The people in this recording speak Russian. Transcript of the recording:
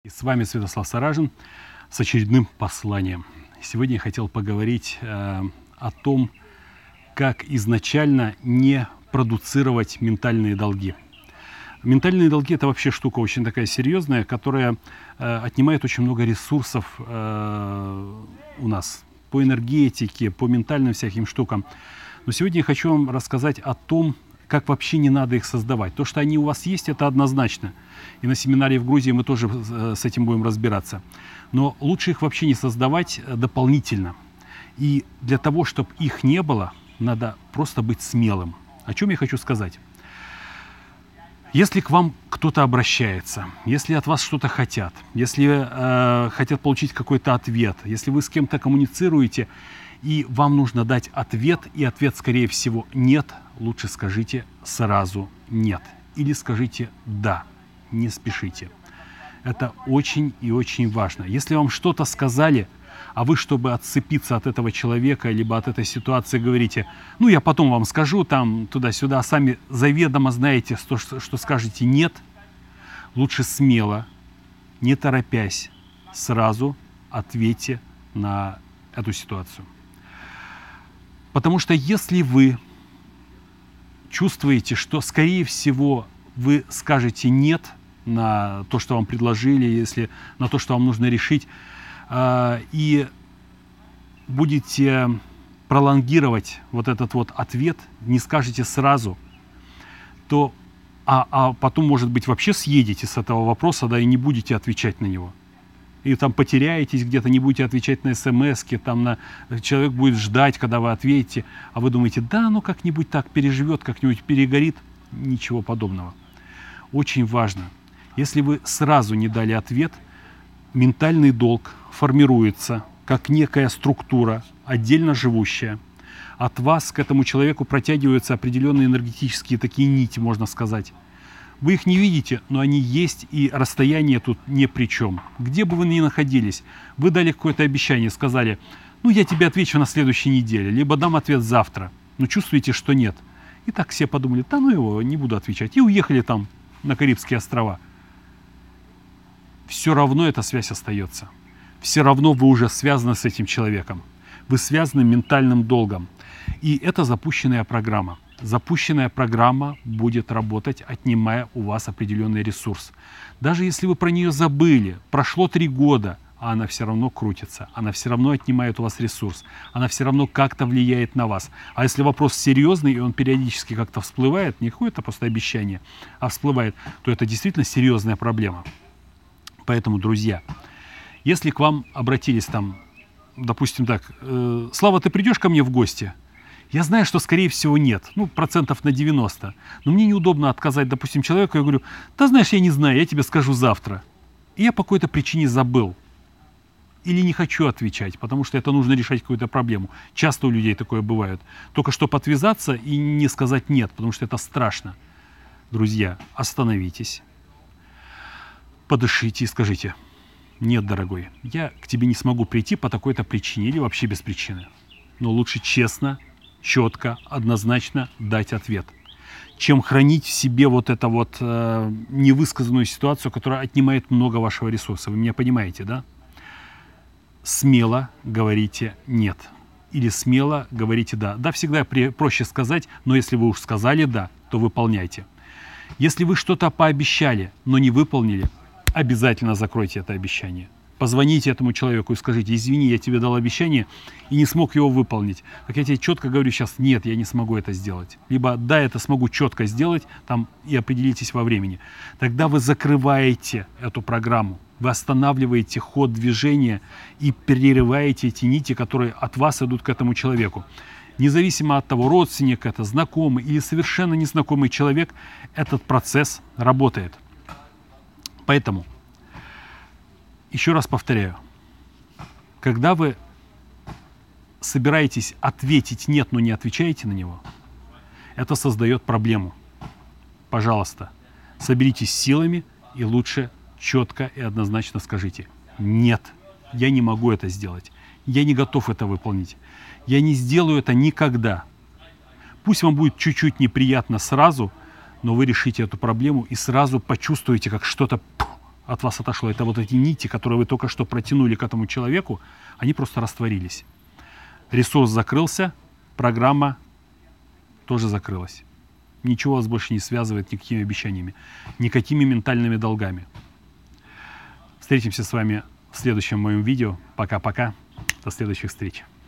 И с вами Святослав Саражин с очередным посланием. Сегодня я хотел поговорить о том, как изначально не продуцировать ментальные долги. Ментальные долги – это вообще штука очень такая серьезная, которая отнимает очень много ресурсов у нас по энергетике, по ментальным всяким штукам. Но сегодня я хочу вам рассказать о том, как вообще не надо их создавать. То, что они у вас есть, это однозначно. И на семинаре в Грузии мы тоже с этим будем разбираться. Но лучше их вообще не создавать дополнительно. И для того, чтобы их не было, надо просто быть смелым. О чем я хочу сказать? Если к вам кто-то обращается, если от вас что-то хотят, если хотят получить какой-то ответ, если вы с кем-то коммуницируете, и вам нужно дать ответ, и ответ, скорее всего, нет, лучше скажите сразу нет. Или скажите да, не спешите. Это очень и очень важно. Если вам что-то сказали, а вы, чтобы отцепиться от этого человека, либо от этой ситуации, говорите, ну, я потом вам скажу, там, туда-сюда, а сами заведомо знаете, что скажете нет, лучше смело, не торопясь, сразу ответьте на эту ситуацию. Потому что если вы чувствуете, что, скорее всего, вы скажете «нет» на то, что вам предложили, если на то, что вам нужно решить, и будете пролонгировать вот этот вот ответ, не скажете сразу, то, а потом, может быть, вообще съедете с этого вопроса, да, и не будете отвечать на него. И там потеряетесь где-то, не будете отвечать на смс-ки, там человек будет ждать, когда вы ответите, а вы думаете, да, ну как-нибудь так переживет, как-нибудь перегорит. Ничего подобного. Очень важно, если вы сразу не дали ответ, ментальный долг формируется как некая структура, отдельно живущая. От вас к этому человеку протягиваются определенные энергетические такие нити, можно сказать. Вы их не видите, но они есть, и расстояние тут ни при чем. Где бы вы ни находились, вы дали какое-то обещание, сказали, ну, я тебе отвечу на следующей неделе, либо дам ответ завтра. Но чувствуете, что нет. И так все подумали, да ну его, не буду отвечать. И уехали там на Карибские острова. Все равно эта связь остается. Все равно вы уже связаны с этим человеком. Вы связаны ментальным долгом. И это запущенная программа. Запущенная программа будет работать, отнимая у вас определенный ресурс. Даже если вы про нее забыли, прошло 3 года, а она все равно крутится, она все равно отнимает у вас ресурс, она все равно как-то влияет на вас. А если вопрос серьезный, и он периодически как-то всплывает, не какое-то просто обещание, а всплывает, то это действительно серьезная проблема. Поэтому, друзья, если к вам обратились там, допустим так, Слава, ты придешь ко мне в гости? Я знаю, что, скорее всего, нет. Ну, процентов на 90. Но мне неудобно отказать, допустим, человеку. Я говорю, да знаешь, я не знаю, я тебе скажу завтра. И я по какой-то причине забыл. Или не хочу отвечать, потому что это нужно решать какую-то проблему. Часто у людей такое бывает. Только чтобы отвязаться и не сказать нет, потому что это страшно. Друзья, остановитесь, подышите и скажите, нет, дорогой, я к тебе не смогу прийти по такой-то причине или вообще без причины. Но лучше честно, четко, однозначно дать ответ, чем хранить в себе вот эту вот невысказанную ситуацию, которая отнимает много вашего ресурса. Вы меня понимаете, да? Смело говорите «нет». Или смело говорите «да». Да, всегда проще сказать, но если вы уж сказали «да», то выполняйте. Если вы что-то пообещали, но не выполнили, обязательно закройте это обещание. Позвоните этому человеку и скажите, извини, я тебе дал обещание и не смог его выполнить. Так я тебе четко говорю сейчас, нет, я не смогу это сделать. Либо да, это смогу четко сделать, там и определитесь во времени. Тогда вы закрываете эту программу, вы останавливаете ход движения и перерываете эти нити, которые от вас идут к этому человеку. Независимо от того, родственник это, знакомый или совершенно незнакомый человек, этот процесс работает. Поэтому еще раз повторяю, когда вы собираетесь ответить «нет», но не отвечаете на него, это создает проблему. Пожалуйста, соберитесь силами и лучше четко и однозначно скажите «нет, я не могу это сделать, я не готов это выполнить, я не сделаю это никогда». Пусть вам будет чуть-чуть неприятно сразу, но вы решите эту проблему и сразу почувствуете, как что-то от вас отошло. Это вот эти нити, которые вы только что протянули к этому человеку, они просто растворились. Ресурс закрылся, программа тоже закрылась. Ничего вас больше не связывает никакими обещаниями, никакими ментальными долгами. Встретимся с вами в следующем моем видео. Пока-пока. До следующих встреч.